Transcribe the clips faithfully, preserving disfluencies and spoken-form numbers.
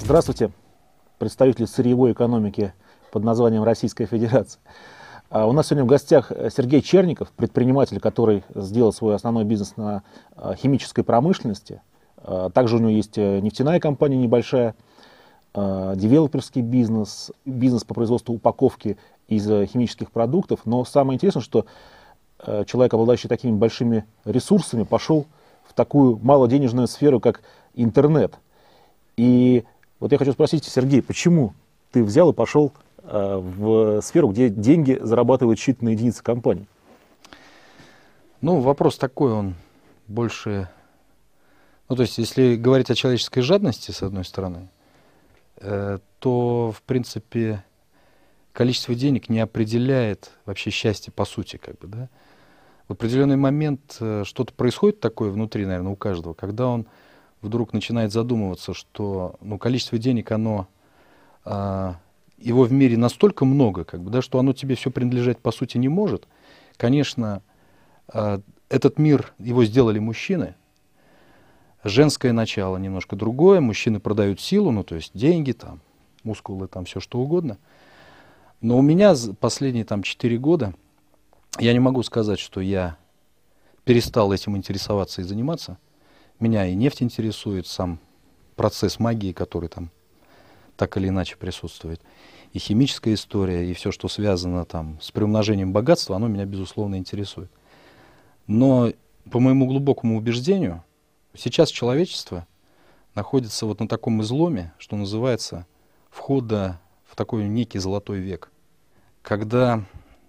Здравствуйте, представители сырьевой экономики под названием Российская Федерация. У нас сегодня в гостях Сергей Черников, предприниматель, который сделал свой основной бизнес на химической промышленности. Также у него есть нефтяная компания небольшая, девелоперский бизнес, бизнес по производству упаковки из химических продуктов. Но самое интересное, что человек, обладающий такими большими ресурсами, пошел в такую малоденежную сферу, как интернет. И вот я хочу спросить, Сергей, почему ты взял и пошел э, в сферу, где деньги зарабатывают считанные единицы компаний? Ну, вопрос такой, он больше... Ну, то есть, если говорить о человеческой жадности, с одной стороны, э, то, в принципе, количество денег не определяет вообще счастье по сути, как бы, да. В определенный момент э, что-то происходит такое внутри, наверное, у каждого, когда он вдруг начинает задумываться, что ну, количество денег, оно, а, его в мире настолько много, как бы, да, что оно тебе все принадлежать по сути не может. Конечно, а, этот мир, его сделали мужчины. Женское начало немножко другое. Мужчины продают силу, ну то есть деньги, там, мускулы, там все что угодно. Но у меня последние там четыре года, я не могу сказать, что я перестал этим интересоваться и заниматься. Меня и нефть интересует, сам процесс магии, который там так или иначе присутствует. И химическая история, и все, что связано там с приумножением богатства, оно меня, безусловно, интересует. Но, по моему глубокому убеждению, сейчас человечество находится вот на таком изломе, что называется, входа в такой некий золотой век, когда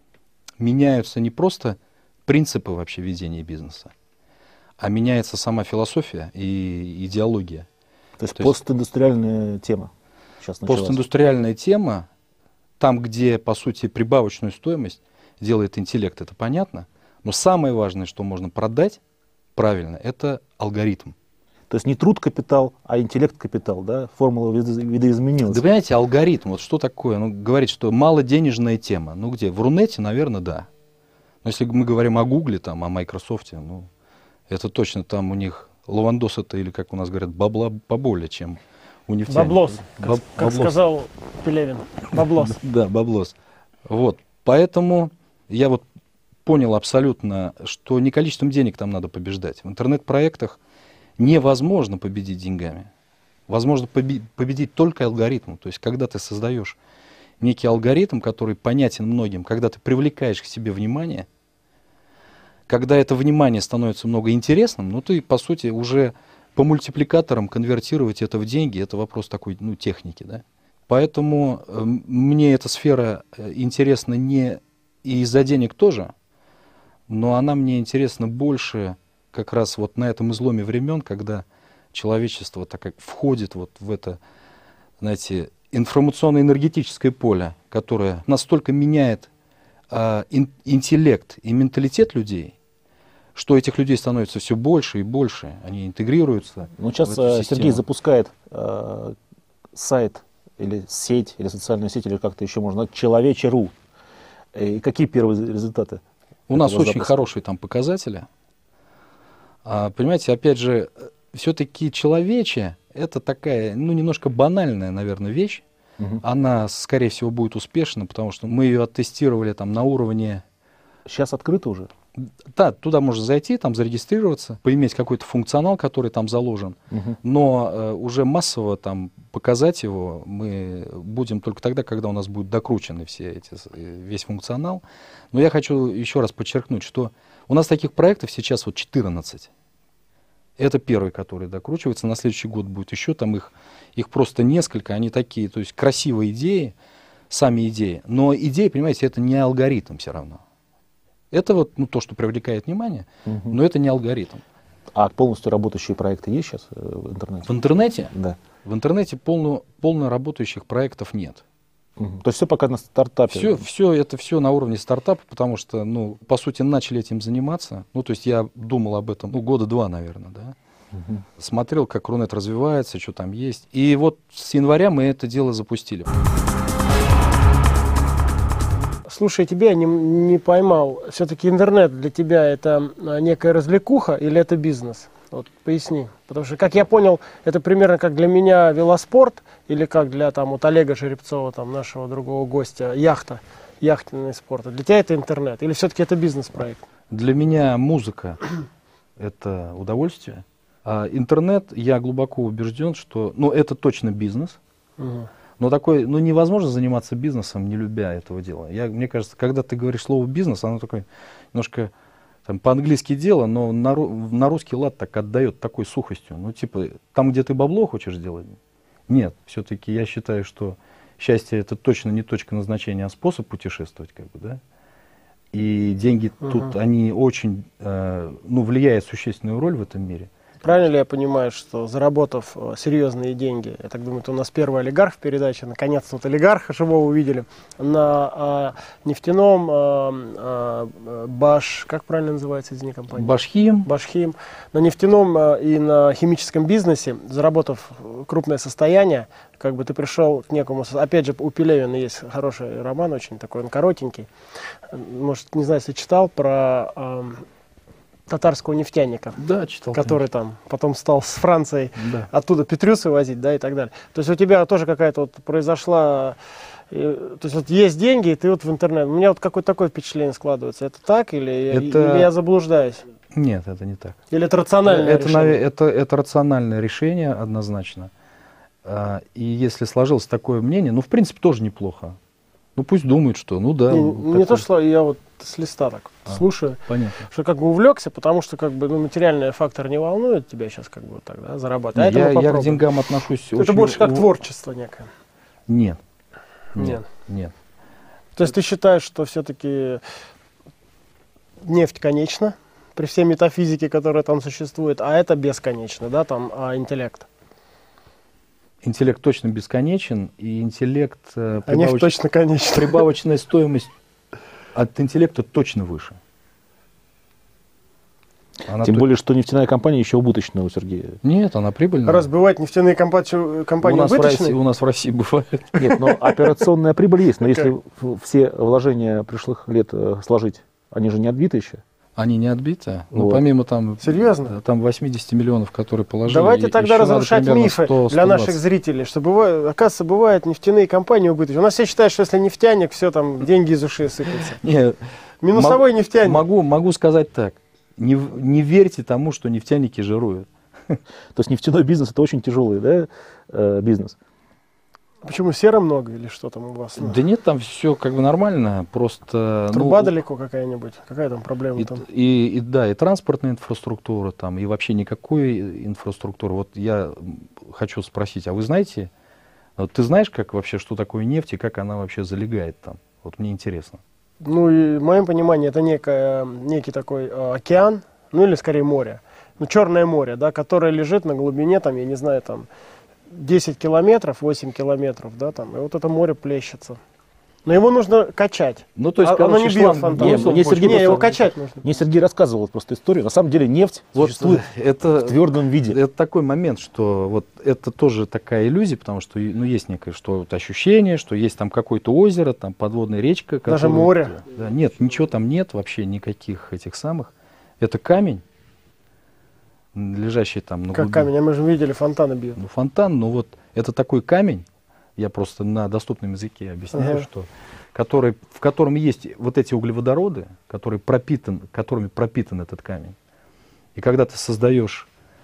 меняются не просто принципы вообще ведения бизнеса, а меняется сама философия и идеология. То есть, То есть постиндустриальная тема сейчас началась. Постиндустриальная тема, там, где, по сути, прибавочную стоимость делает интеллект, это понятно. Но самое важное, что можно продать правильно, это алгоритм. То есть не труд-капитал, а интеллект-капитал, да? Формула видоизменилась. Да, понимаете, алгоритм, вот что такое? Ну, говорит, что малоденежная тема. Ну, где? В Рунете, наверное, да. Но если мы говорим о Гугле, там, о Майкрософте, ну... Это точно там у них лавандоса-то, или, как у нас говорят, бабла поболее, чем у нефтяников. Баблос, Баб, как, как сказал Пелевин. Баблос. Да, баблос. Вот. Поэтому я вот понял абсолютно, что не количеством денег там надо побеждать. В интернет-проектах невозможно победить деньгами. Возможно победить только алгоритмом. То есть, когда ты создаешь некий алгоритм, который понятен многим, когда ты привлекаешь к себе внимание, когда это внимание становится много интересным, ну ты, по сути, уже по мультипликаторам конвертировать это в деньги, это вопрос такой, ну, техники, да. Поэтому э, мне эта сфера интересна не и из-за денег тоже, но она мне интересна больше как раз вот на этом изломе времен, когда человечество так как входит вот в это, знаете, информационно-энергетическое поле, которое настолько меняет э, ин- интеллект и менталитет людей, что этих людей становится все больше и больше, они интегрируются. Ну, сейчас Сергей запускает э, сайт или сеть, или социальную сеть, или как-то еще можно назвать, Человече точка ру. И какие первые результаты? У нас очень запуска? Хорошие там показатели. А, понимаете, опять же, все-таки человече это такая, ну, немножко банальная, наверное, вещь. Угу. Она, скорее всего, будет успешна, потому что мы ее оттестировали там на уровне... Сейчас открыто уже? Да, туда можно зайти, там зарегистрироваться, поиметь какой-то функционал, который там заложен, угу. но э, уже массово там показать его мы будем только тогда, когда у нас будут докручены все эти, весь функционал. Но я хочу еще раз подчеркнуть, что у нас таких проектов сейчас вот четырнадцать. Это первый, который докручивается, на следующий год будет еще, там их, их просто несколько, они такие, то есть красивые идеи, сами идеи, но идеи, понимаете, это не алгоритм все равно. Это вот ну, то, что привлекает внимание, угу. но это не алгоритм. А полностью работающие проекты есть сейчас в интернете? В интернете? Да. В интернете полно, полно работающих проектов нет. Угу. То есть все пока на стартапе? Все, все, это все на уровне стартапа, потому что, ну, по сути, начали этим заниматься. Ну, то есть я думал об этом, ну, года два, наверное, да. Угу. Смотрел, как Рунет развивается, что там есть. И вот с января мы это дело запустили. Слушай, тебя я не, не поймал. Все-таки интернет для тебя это некая развлекуха или это бизнес? Вот, поясни. Потому что, как я понял, это примерно как для меня велоспорт, или как для там, вот Олега Жеребцова, там, нашего другого гостя, яхта, яхтенный спорт. Для тебя это интернет? Или все-таки это бизнес-проект? Для меня музыка – это удовольствие. А интернет, я глубоко убежден, что ну, это точно бизнес. Угу. Но такой, ну, невозможно заниматься бизнесом, не любя этого дела. Я, мне кажется, когда ты говоришь слово «бизнес», оно такое немножко там, по-английски дело, но на, на русский лад так отдает такой сухостью. Ну, типа, там, где ты бабло хочешь делать, нет. Все-таки я считаю, что счастье — это точно не точка назначения, а способ путешествовать, как бы, да. И деньги uh-huh. тут, они очень, э, ну, влияют существенную роль в этом мире. Правильно ли я понимаю, что заработав э, серьезные деньги, я так думаю, это у нас первый олигарх в передаче, наконец-то вот олигарха живого увидели, на э, нефтяном э, э, Баш, как правильно называется из компании? Башхим. Башхим. На нефтяном э, и на химическом бизнесе, заработав крупное состояние, как бы ты пришел к некому, опять же, у Пелевина есть хороший роман, очень такой, он коротенький, может, не знаю, если читал, про э, татарского нефтяника, да, читал, который там потом стал с Францией да. оттуда петрюсы возить, да, и так далее. То есть у тебя тоже какая-то вот произошла, то есть вот есть деньги, и ты вот в интернет. У меня вот какое-то такое впечатление складывается. Это так или, это... или я заблуждаюсь? Нет, это не так. Или это рациональное это, решение? Это, это рациональное решение, однозначно. И если сложилось такое мнение, ну, в принципе, тоже неплохо. Ну, пусть думают, что, ну, да. Не, ну, не то, что я вот с листа так а, слушаю, понятно. что как бы увлекся, потому что как бы ну, материальный фактор не волнует тебя сейчас как бы вот так, да, зарабатывать. Не, а я, я к деньгам отношусь это очень... больше как у... творчество некое. Нет. Нет. Нет. Нет. То есть ты считаешь, что все-таки нефть конечна при всей метафизике, которая там существует, а это бесконечно, да, там, а интеллект? Интеллект точно бесконечен, и интеллект... А нефть точно конечна. Прибавочная стоимость от интеллекта точно выше. Она Тем то... более, что нефтяная компания еще убыточная у Сергея. Нет, она прибыльная. Раз бывает нефтяные компании, компании у нас убыточные? В России, у нас в России бывает. Нет, но операционная прибыль есть. Но если все вложения прошлых лет сложить, они же не отбиты еще. Они не отбиты. Вот. Но помимо там, серьезно? Там восемьдесят миллионов, которые положили. Давайте тогда разрушать мифы сто, для наших зрителей, что бывает, оказывается, бывают нефтяные компании убыточные. У нас все считают, что если нефтяник, все там деньги из ушей сыпятся. Нет, минусовой могу, нефтяник. Могу, могу сказать так. Не, не верьте тому, что нефтяники жируют. То есть нефтяной бизнес — это очень тяжелый, да, э, бизнес? Почему, сера много или что там у вас? Да нет, там все как бы нормально, просто... Труба ну, далеко какая-нибудь? Какая там проблема и, там? И, и, да, и транспортная инфраструктура там, и вообще никакой инфраструктуры. Вот я хочу спросить, а вы знаете, вот ты знаешь, как вообще, что такое нефть и как она вообще залегает там? Вот мне интересно. Ну, и в моем понимании это некое, некий такой э, океан, ну или скорее море, ну Черное море, да, которое лежит на глубине, там, я не знаю, там, десять километров, восемь километров, да, там, и вот это море плещется. Но его нужно качать. Ну, то есть, а, короче, оно не бьет фонтан. Нет, мне Сергей не, его качать нужно. Мне Сергей рассказывал просто историю. На самом деле нефть вот существует это, в твердом виде. Это такой момент, что вот это тоже такая иллюзия, потому что ну, есть некое что, вот, ощущение, что есть там какое-то озеро, там подводная речка. Которая, даже море. Да, нет, ничего там нет, вообще никаких этих самых. Это камень, лежащий там на Как глубине. камень, а мы же видели, фонтаны бьют. Ну, фонтан, ну вот это такой камень, я просто на доступном языке объясняю, Ага. что который, в котором есть вот эти углеводороды, которые пропитан, которыми пропитан этот камень. И когда ты создаешь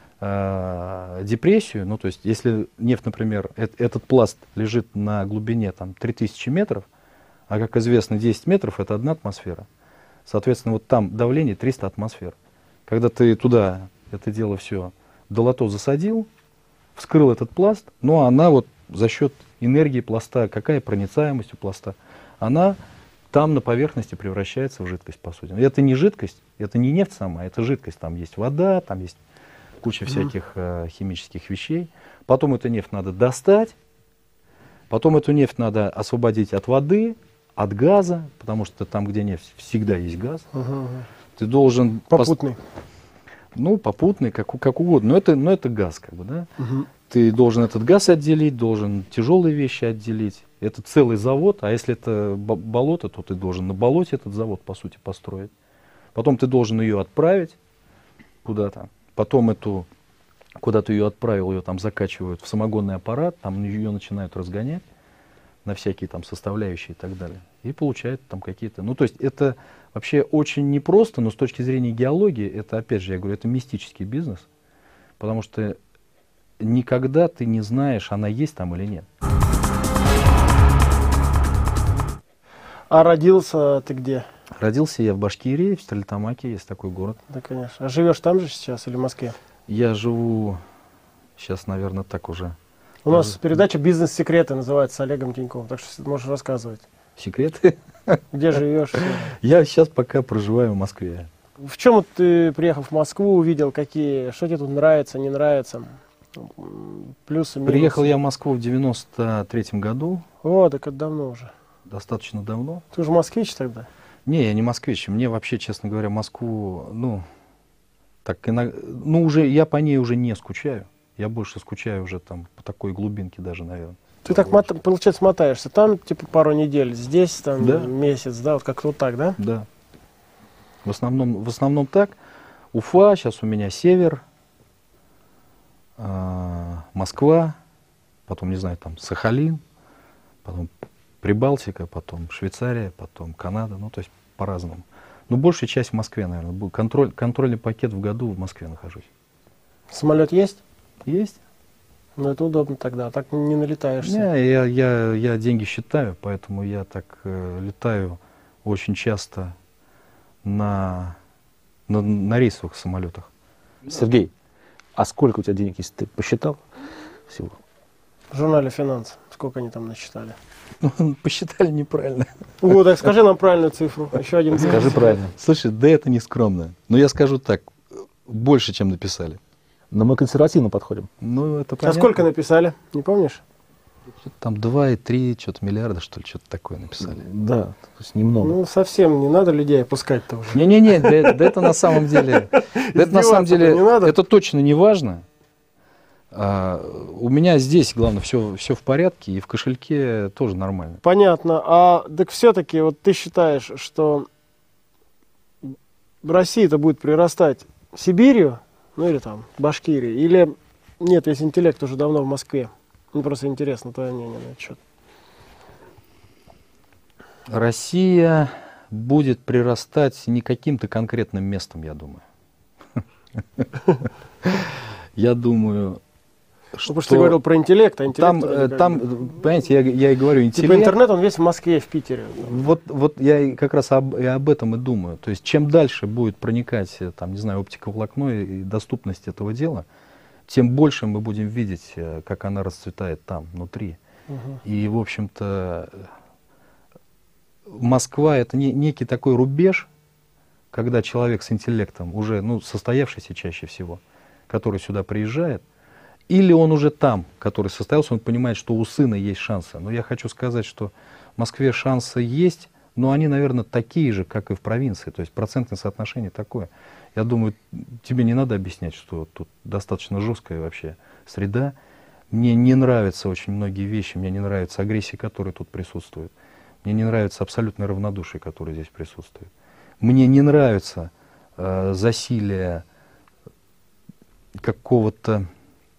э, депрессию, ну то есть если нефть, например, э, этот пласт лежит на глубине там, три тысячи метров, а как известно десять метров это одна атмосфера, соответственно вот там давление триста атмосфер. Когда ты туда это дело все долото засадил, вскрыл этот пласт, ну а она вот за счет энергии пласта, какая проницаемость у пласта, она там на поверхности превращается в жидкость, по сути. Это не жидкость, это не нефть сама, это жидкость. Там есть вода, там есть куча mm-hmm. всяких э, химических вещей. Потом эту нефть надо достать, потом эту нефть надо освободить от воды, от газа, потому что там, где нефть, всегда есть газ. Uh-huh. Ты должен... Попутный. Пос... Ну, попутный, как, как угодно, но это, но это газ, как бы, да. Uh-huh. Ты должен этот газ отделить, должен тяжелые вещи отделить. Это целый завод, а если это болото, то ты должен на болоте этот завод, по сути, построить. Потом ты должен ее отправить куда-то, потом эту, куда ты ее отправил, ее там закачивают в самогонный аппарат, там ее начинают разгонять на всякие там составляющие и так далее. И получают там какие-то... Ну, то есть это вообще очень непросто, но с точки зрения геологии, это, опять же, я говорю, это мистический бизнес, потому что никогда ты не знаешь, она есть там или нет. А родился ты где? Родился я в Башкирии, в Стерлитамаке, есть такой город. Да, конечно. А живешь там же сейчас или в Москве? Я живу сейчас, наверное, так уже. У нас Даже... передача «Бизнес-секреты» называется, с Олегом Тиньковым, так что можешь рассказывать. Секреты? Где живешь? Я сейчас пока проживаю в Москве. В чем вот ты, приехав в Москву, увидел, какие, что тебе тут нравится, не нравится? Плюсы, минусы. Приехал я в Москву в девяносто третьем году. О, так это давно уже. Достаточно давно. Ты уже москвич тогда? Не, я не москвич. Мне вообще, честно говоря, Москву, ну, так, ну, уже, я по ней уже не скучаю. Я больше скучаю уже там по такой глубинке даже, наверное. Ты так, мот, получается, мотаешься. Там, типа, пару недель, здесь, там, да. месяц, да? Вот как-то вот так, да? Да. В основном, в основном так. Уфа, сейчас у меня север, э, Москва, потом, не знаю, там, Сахалин, потом Прибалтика, потом Швейцария, потом Канада, ну, то есть по-разному. Но большая часть в Москве, наверное. Контроль, контрольный пакет в году в Москве нахожусь. Самолет есть? Есть. Ну, это удобно тогда, так не налетаешься. Не, я, я, я деньги считаю, поэтому я так э, летаю очень часто на, на, на рейсовых самолетах. Сергей, а сколько у тебя денег, если ты посчитал всего? В журнале «Финанс». Сколько они там насчитали? Посчитали неправильно. О, так скажи нам правильную цифру. Еще один. Скажи правильно. Слушай, да это не скромно. Но я скажу так, больше, чем написали. Но мы консервативно подходим. Ну, это а понятно. сколько написали? Не помнишь? Там два и три что-то миллиарда, что ли, что-то такое написали. Да, то есть немного. Ну, совсем не надо людей опускать-то уже. Не-не-не, да, да это на самом деле, да это на самом деле, это точно не важно. А, у меня здесь, главное, все, все в порядке, и в кошельке тоже нормально. Понятно. А так все-таки вот ты считаешь, что Россия-то будет прирастать Сибирью, ну или там Башкирией, или нет, весь интеллект уже давно в Москве? Мне просто интересно твое мнение на этот счет. Россия будет прирастать не каким-то конкретным местом, я думаю. Я думаю, что... Потому что ты говорил про интеллект, а интеллект... Там, там понимаете, я, я и говорю, интеллект... Типа интернет, он весь в Москве, в Питере. Вот, вот я как раз об, и об этом и думаю. То есть, чем дальше будет проникать, там, не знаю, оптиковолокно и доступность этого дела, тем больше мы будем видеть, как она расцветает там, внутри. Угу. И, в общем-то, Москва — это не, некий такой рубеж, когда человек с интеллектом, уже ну, состоявшийся чаще всего, который сюда приезжает, или он уже там, который состоялся, он понимает, что у сына есть шансы. Но я хочу сказать, что в Москве шансы есть, но они, наверное, такие же, как и в провинции. То есть процентное соотношение такое. Я думаю, тебе не надо объяснять, что тут достаточно жесткая вообще среда. Мне не нравятся очень многие вещи, мне не нравится агрессия, которая тут присутствует. Мне не нравится абсолютное равнодушие, которое здесь присутствует. Мне не нравится э, засилие какого-то,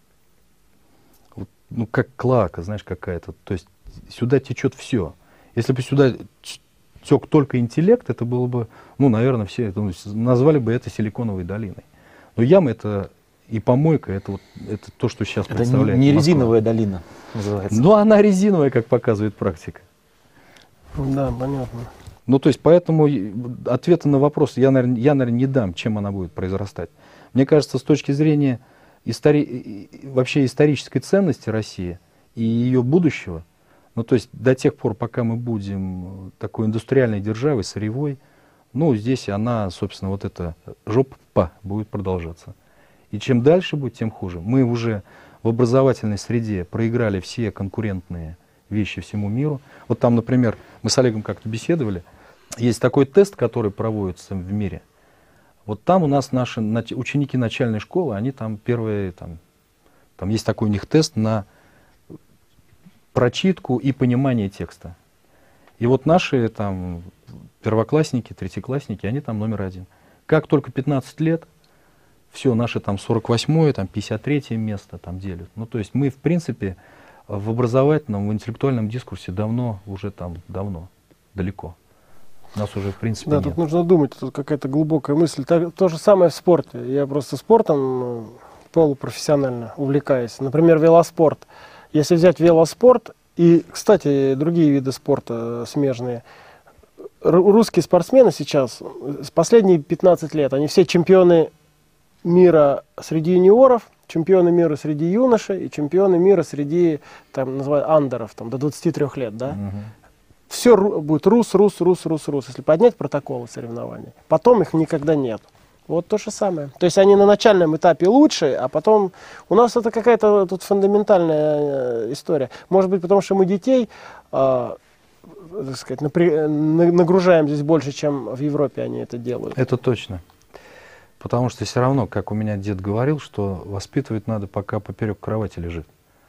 ну, как клака, знаешь, какая-то. То есть сюда течет все. Если бы сюда тек только интеллект, это было бы, ну, наверное, все это, ну, назвали бы это Силиконовой долиной. Но яма — это и помойка, это вот это то, что сейчас это представляет. Это не, не резиновая долина называется. Ну, она резиновая, как показывает практика. Да, понятно. Ну, то есть, поэтому ответа на вопрос я, наверное, я, наверное, не дам, чем она будет произрастать. Мне кажется, с точки зрения истори... вообще исторической ценности России и ее будущего, ну, то есть, до тех пор, пока мы будем такой индустриальной державой, сырьевой, ну, здесь она, собственно, вот эта жопа будет продолжаться. И чем дальше будет, тем хуже. Мы уже в образовательной среде проиграли все конкурентные вещи всему миру. Вот там, например, мы с Олегом как-то беседовали, есть такой тест, который проводится в мире. Вот там у нас наши ученики начальной школы, они там первые, там, там есть такой у них тест на прочитку и понимание текста. И вот наши там первоклассники, третьеклассники, они там номер один. Как только пятнадцать лет, все наши там сорок восьмое, там пятьдесят третье место там делят. Ну, то есть мы, в принципе, в образовательном, в интеллектуальном дискурсе давно, уже там, давно, далеко. Нас уже, в принципе, Да, нет. тут нужно думать, тут какая-то глубокая мысль. Так, то же самое в спорте. Я просто спортом полупрофессионально увлекаюсь. Например, велоспорт. Если взять велоспорт и, кстати, другие виды спорта смежные, русские спортсмены сейчас, последние пятнадцать лет, они все чемпионы мира среди юниоров, чемпионы мира среди юношей и чемпионы мира среди, там, называют, андеров, там, до двадцати трёх лет, да? Угу. Все будет рус, рус, рус, рус, рус. Если поднять протоколы соревнований, потом их никогда нет. Вот то же самое. То есть они на начальном этапе лучше, а потом у нас это какая-то тут фундаментальная история. Может быть, потому что мы детей, э, так сказать, напря... нагружаем здесь больше, чем в Европе они это делают. Это точно. Потому что все равно, как у меня дед говорил, что воспитывать надо, пока поперек кровати лежит,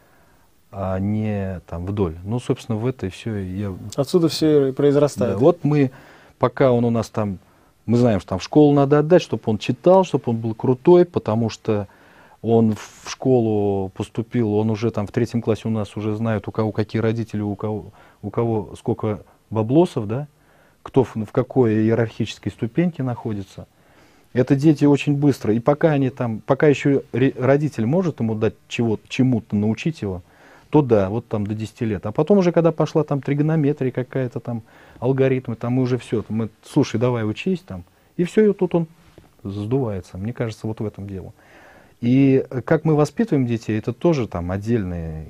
а не там вдоль. Ну, собственно, в это все я... Отсюда все и произрастает. Да, вот мы, пока он у нас там, мы знаем, что там в школу надо отдать, чтобы он читал, чтобы он был крутой, потому что он в школу поступил, он уже там в третьем классе у нас уже знают, у кого какие родители, у кого, у кого сколько баблосов, да, кто в, в какой иерархической ступеньке находится. Это дети очень быстро. И пока они там, пока еще родитель может ему дать чего, чему-то научить его, то да, вот там до десяти лет. А потом уже, когда пошла там тригонометрия какая-то там, алгоритмы, там мы уже все, мы, слушай, давай учись там. И все, и тут он сдувается. Мне кажется, вот в этом дело. И как мы воспитываем детей, это тоже там отдельные,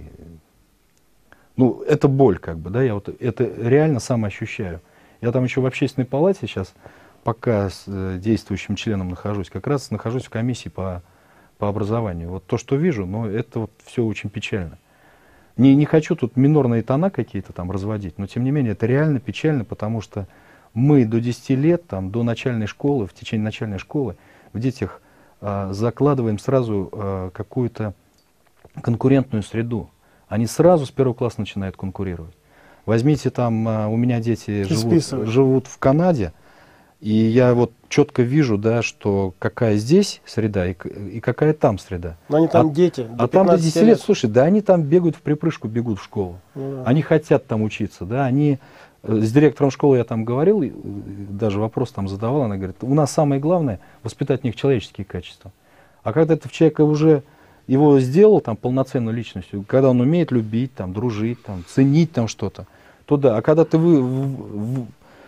ну, это боль как бы, да, я вот это реально сам ощущаю. Я там еще в общественной палате сейчас, пока с э, действующим членом нахожусь, как раз нахожусь в комиссии по, по образованию. Вот то, что вижу, но это вот все очень печально. Не, не хочу тут минорные тона какие-то там разводить, но тем не менее это реально печально, потому что мы до десяти лет, там, до начальной школы, в течение начальной школы в детях э, закладываем сразу э, какую-то конкурентную среду. Они сразу с первого класса начинают конкурировать. Возьмите там, э, у меня дети живут, живут в Канаде, и я вот четко вижу, да, что какая здесь среда и, и какая там среда. Но они там а, дети. А там до десяти лет, слушай, да они там бегают в припрыжку, бегут в школу. Ну, да. Они хотят там учиться, да, они... С директором школы я там говорил, даже вопрос там задавал, она говорит, у нас самое главное воспитать в них человеческие качества. А когда ты в человека уже его сделал там полноценной личностью, когда он умеет любить, там, дружить, там, ценить там что-то, то да. А когда ты вы, в, в,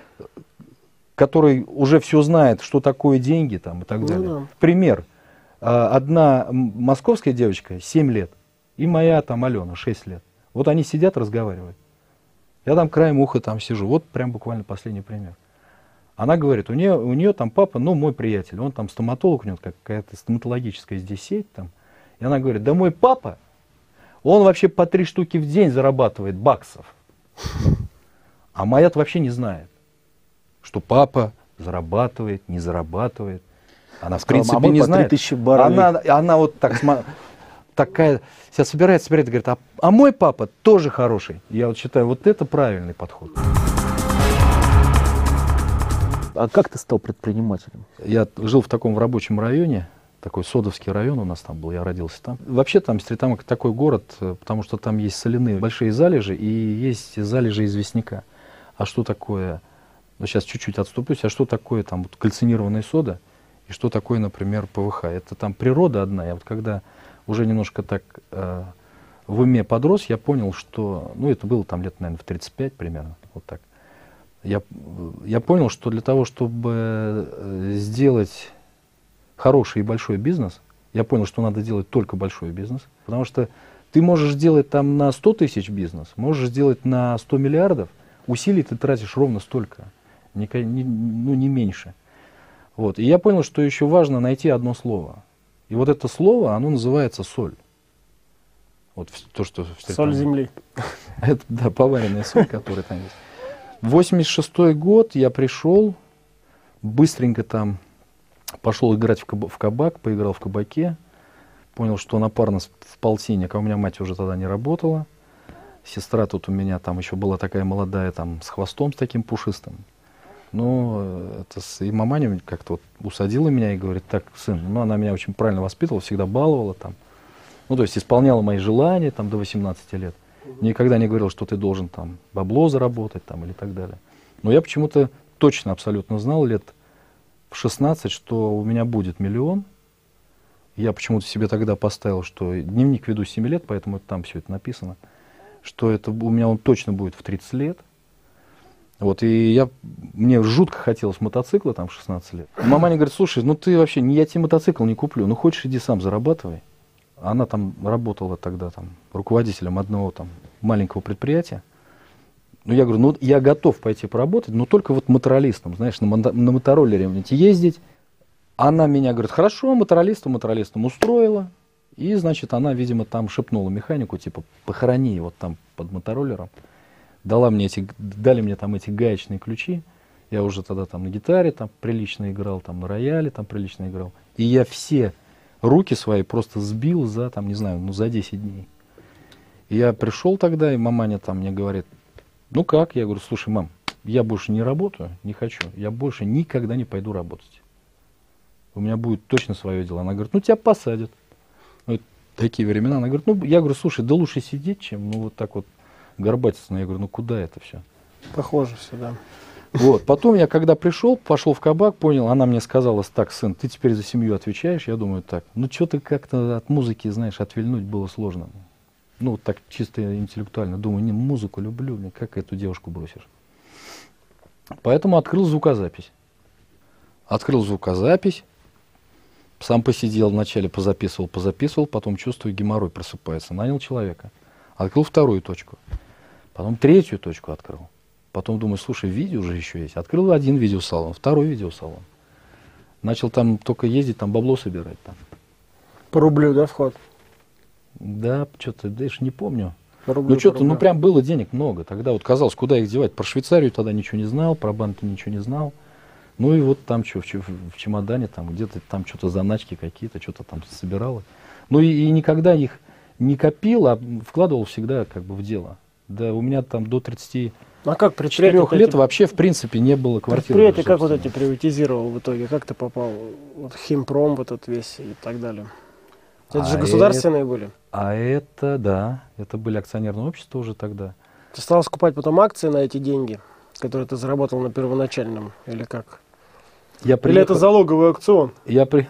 который уже все знает, что такое деньги там и так далее. Ну, да. Пример. Одна московская девочка семь лет и моя там Алена шесть лет. Вот они сидят, разговаривают. Я там краем уха там сижу. Вот прям буквально последний пример. Она говорит, у нее, у нее там папа, ну, мой приятель, он там стоматолог, у него какая-то стоматологическая здесь сеть там. И она говорит, да мой папа, он вообще по три штуки в день зарабатывает баксов. А моя-то вообще не знает, что папа зарабатывает, не зарабатывает. Она, в принципе, а не знает. Она, она вот так такая, себя собирает, собирает и говорит, а, а мой папа тоже хороший. Я вот считаю, вот это правильный подход. А как ты стал предпринимателем? Я жил в таком в рабочем районе, такой Содовский район у нас там был, я родился там. Вообще там Стерлитамак такой город, потому что там есть соляные большие залежи и есть залежи известняка. А что такое, ну сейчас чуть-чуть отступлюсь, а что такое там вот кальцинированная сода и что такое, например, ПВХ? Это там природа одна. Я вот когда уже немножко так э, в уме подрос, я понял, что, ну это было там лет, наверное, в тридцать пять примерно, вот так. Я, я понял, что для того, чтобы сделать хороший и большой бизнес, я понял, что надо делать только большой бизнес, потому что ты можешь делать там на сто тысяч бизнес, можешь сделать на сто миллиардов, усилий ты тратишь ровно столько, не, не, ну не меньше. Вот. И я понял, что еще важно найти одно слово. И вот это слово, оно называется соль. Вот то, что соль земли. Это, да, поваренная соль, которая там есть. восемьдесят шестой год я пришел, быстренько там пошел играть в, каб в кабак, поиграл в кабаке, понял, что напарно в полтинник, а у меня мать уже тогда не работала. Сестра тут у меня там еще была такая молодая, там с хвостом с таким пушистым. Ну, это с... и маманя как-то вот усадила меня и говорит: так, сын, ну, она меня очень правильно воспитывала, всегда баловала там. Ну, то есть исполняла мои желания там до восемнадцати лет. Никогда не говорила, что ты должен там бабло заработать там или так далее. Но я почему-то точно абсолютно знал лет в шестнадцать, что у меня будет миллион. Я почему-то себе тогда поставил, что дневник веду с семи лет, поэтому там все это написано, что это у меня он точно будет в тридцать лет. Вот, и я, мне жутко хотелось мотоцикла там в шестнадцать лет. Мама мне говорит: слушай, ну ты вообще, я тебе мотоцикл не куплю, ну хочешь, иди сам зарабатывай. Она там работала тогда там руководителем одного там маленького предприятия. Ну я говорю, ну я готов пойти поработать, но только вот моторолистом, знаешь, на, на мотороллере ездить. Она меня, говорит, хорошо, моторолистом, моторолистом устроила. И, значит, она, видимо, там шепнула механику, типа, похорони вот там под мотороллером. Дала мне эти, дали мне там эти гаечные ключи. Я уже тогда там на гитаре там прилично играл, там на рояле там прилично играл. И я все руки свои просто сбил за, там, не знаю, ну, за десять дней. И я пришел тогда, и маманя там мне говорит: ну как? Я говорю: слушай, мам, я больше не работаю, не хочу. Я больше никогда не пойду работать. У меня будет точно свое дело. Она говорит: ну тебя посадят. Ну, такие времена. Она говорит: ну, я говорю, слушай, да лучше сидеть, чем, ну, вот так вот горбатиться. Я говорю, ну, куда это все? Похоже все, да. Вот, потом я, когда пришел, пошел в кабак, понял, она мне сказала: так, сын, ты теперь за семью отвечаешь. Я думаю, так, ну, что-то как-то от музыки, знаешь, отвильнуть было сложно. Ну, вот так чисто интеллектуально. Думаю, не, музыку люблю, мне как эту девушку бросишь? Поэтому открыл звукозапись. Открыл звукозапись. Сам посидел, вначале позаписывал, позаписывал, потом чувствую, геморрой просыпается. Нанял человека. Открыл вторую точку. Потом третью точку открыл. Потом думаю, слушай, видео же еще есть. Открыл один видеосалон, второй видеосалон. Начал там только ездить, там бабло собирать. Там. По рублю, да, вход? Да, что-то, даже не помню. По рублю, ну, что-то, по ну, прям было денег много. Тогда вот казалось, куда их девать. Про Швейцарию тогда ничего не знал, про банки ничего не знал. Ну и вот там что, в, в чемодане, там где-то там что-то заначки какие-то, что-то там собирал. Ну и, и никогда их не копил, а вкладывал всегда как бы в дело. Да, у меня там до тридцати а как четырёх лет эти... вообще в принципе не было квартиры. Предприятия как вот эти приватизировал в итоге? Как ты попал? Вот Химпром вот этот весь и так далее. Это а же государственные это, были. А это, да, это были акционерные общества уже тогда. Ты стал скупать потом акции на эти деньги, которые ты заработал на первоначальном, или как? Я приехал... Или это залоговый аукцион? Я при...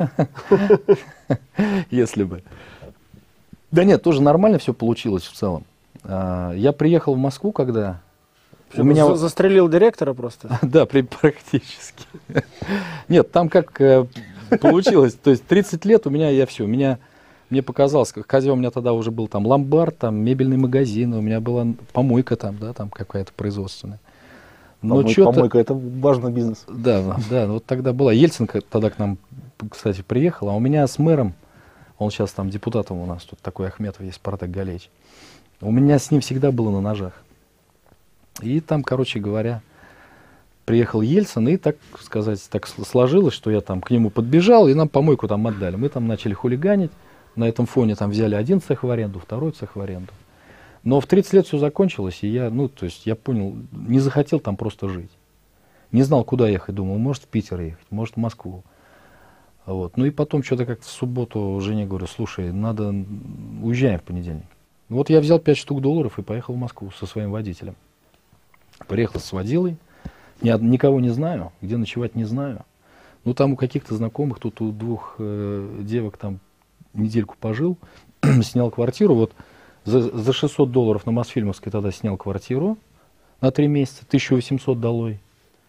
Если бы. Да нет, тоже нормально все получилось в целом. Я приехал в Москву, когда... У меня застрелил директора просто? Да, практически. Нет, там как получилось. То есть тридцать лет у меня, я все, у меня... Мне показалось, хотя у меня тогда уже был там ломбард, там мебельный магазин, у меня была помойка там, да, там какая-то производственная. Но Помой, помойка — это важный бизнес. Да, да, вот тогда была. Ельцин тогда к нам, кстати, приехал, а у меня с мэром, он сейчас там депутатом у нас, тут такой Ахметов есть, Спартак Галеевич. У меня с ним всегда было на ножах. И там, короче говоря, приехал Ельцин, и, так сказать, так сложилось, что я там к нему подбежал, и нам помойку там отдали. Мы там начали хулиганить. На этом фоне там взяли один цех в аренду, второй цех в аренду. Но в тридцать лет все закончилось, и я, ну, то есть я понял, не захотел там просто жить. Не знал, куда ехать, думал, может в Питер ехать, может в Москву. Вот. Ну и потом что-то как-то в субботу жене говорю: слушай, надо, уезжаем в понедельник. Вот я взял пять штук долларов и поехал в Москву со своим водителем. Приехал с водилой, ни, никого не знаю, где ночевать не знаю. Ну там у каких-то знакомых, тут у двух э, девок там недельку пожил, снял квартиру, вот за, за шестьсот долларов на Мосфильмовской тогда снял квартиру на три месяца, тысяча восемьсот долой.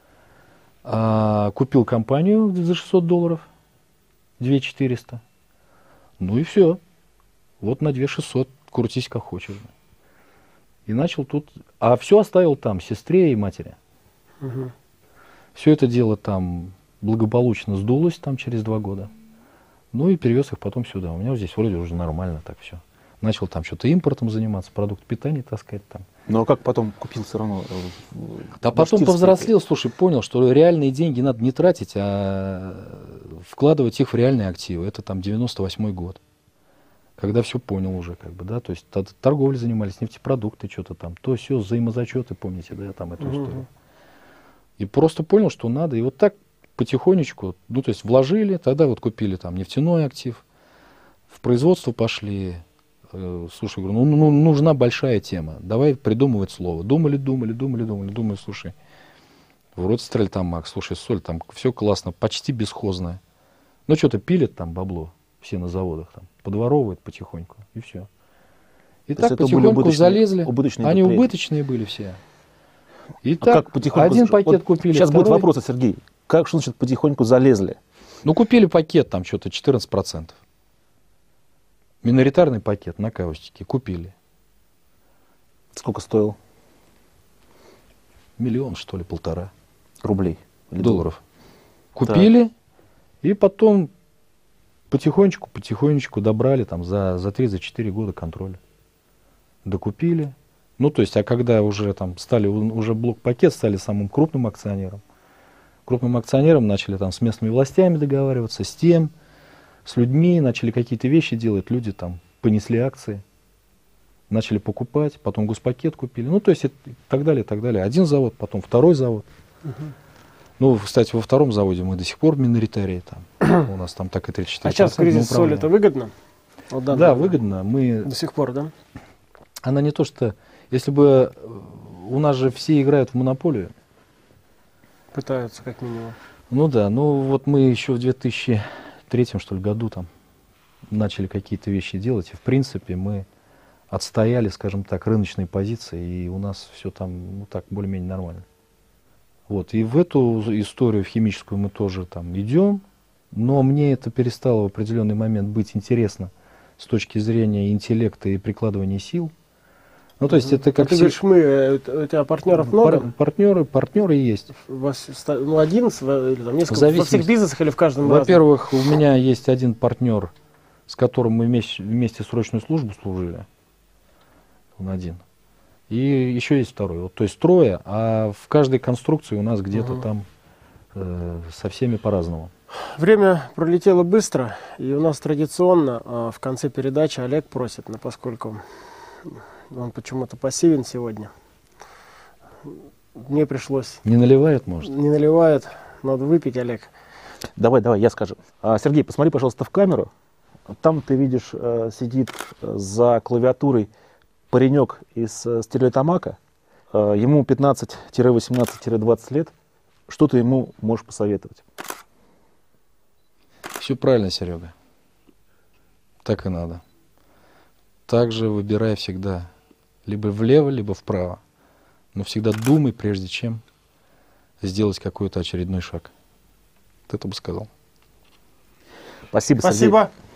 А, купил компанию за шестьсот долларов, две тысячи четыреста. Ну и все. Вот на две тысячи шестьсот крутись как хочешь. И начал тут, а все оставил там, сестре и матери. Угу. Все это дело там благополучно сдулось там через два года. Ну и перевез их потом сюда. У меня здесь вроде уже нормально так все. Начал там что-то импортом заниматься, продукт питания таскать там. Ну а как потом купил все равно? Да потом повзрослел, слушай, понял, что реальные деньги надо не тратить, а вкладывать их в реальные активы. Это там девяносто восьмой год. Когда все понял уже, как бы, да, то есть торговлей занимались, нефтепродукты, что-то там, то все, взаимозачеты, помните, да, там эту угу. историю. И просто понял, что надо. И вот так потихонечку, ну, то есть вложили, тогда вот купили там нефтяной актив, в производство пошли. Э, слушай, говорю, ну, ну, нужна большая тема, давай придумывать слово. Думали, думали, думали, думали, думали, слушай, вроде Стрельтамак, слушай, соль, там все классно, почти бесхозное. Ну, что-то пилят там бабло, все на заводах там, подворовывают потихоньку, и все. И То так потихоньку убыточные, залезли, убыточные они убыточные были все. И а так как потихоньку... один пакет вот купили. Сейчас второй... будет вопрос, Сергей. Как, что значит, потихоньку залезли? Ну, купили пакет там что-то четырнадцать процентов. Миноритарный пакет на каустике купили. Сколько стоил? Миллион, что ли, полтора. Рублей? Или долларов. Купили, так. И потом потихонечку, потихонечку добрали там за, за три-четыре года контроля. Докупили. Ну, то есть, а когда уже там стали, уже блок-пакет, стали самым крупным акционером. Крупным акционером начали там с местными властями договариваться, с тем, с людьми, начали какие-то вещи делать, люди там понесли акции, начали покупать, потом госпакет купили. Ну, то есть, и так далее, и так далее. Один завод, потом второй завод. Uh-huh. Ну, кстати, во втором заводе мы до сих пор миноритарии там. У нас там так и тридцать четыре процента. А сейчас кризис соли это выгодно? Вот, да, да, выгодно. Мы... До сих пор, да? Она не то, что... Если бы... У нас же все играют в монополию. Пытаются, как минимум. Ну да, ну вот мы еще в две тысячи третьем, что ли, году там начали какие-то вещи делать. И, в принципе, мы отстояли, скажем так, рыночные позиции, и у нас все там, ну так, более-менее нормально. Вот, и в эту историю, в химическую, мы тоже там идем, но мне это перестало в определенный момент быть интересно с точки зрения интеллекта и прикладывания сил. Ну, то есть, это как... А ты говоришь, мы, у тебя партнеров много? Пар партнеры, партнеры есть. У вас, ну, один или там несколько, во всех бизнесах или в каждом? Во-первых, у меня есть один партнер, с которым мы вместе, вместе срочную службу служили. Он один. И еще есть второй. Вот, то есть трое, а в каждой конструкции у нас где-то угу. там э, со всеми по-разному. Время пролетело быстро, и у нас традиционно э, в конце передачи Олег просит, но поскольку он почему-то пассивен сегодня, мне пришлось... Не наливает, может? Не наливает, надо выпить, Олег. Давай, давай, я скажу. А, Сергей, посмотри, пожалуйста, в камеру. Там ты видишь, э, сидит за клавиатурой паренек из э, Стрельтамака. Э, ему пятнадцать-восемнадцать-двадцать лет. Что ты ему можешь посоветовать? Все правильно, Серега. Так и надо. Также выбирай всегда либо влево, либо вправо. Но всегда думай, прежде чем сделать какой-то очередной шаг. Вот это бы сказал. Спасибо, Спасибо. Сергей.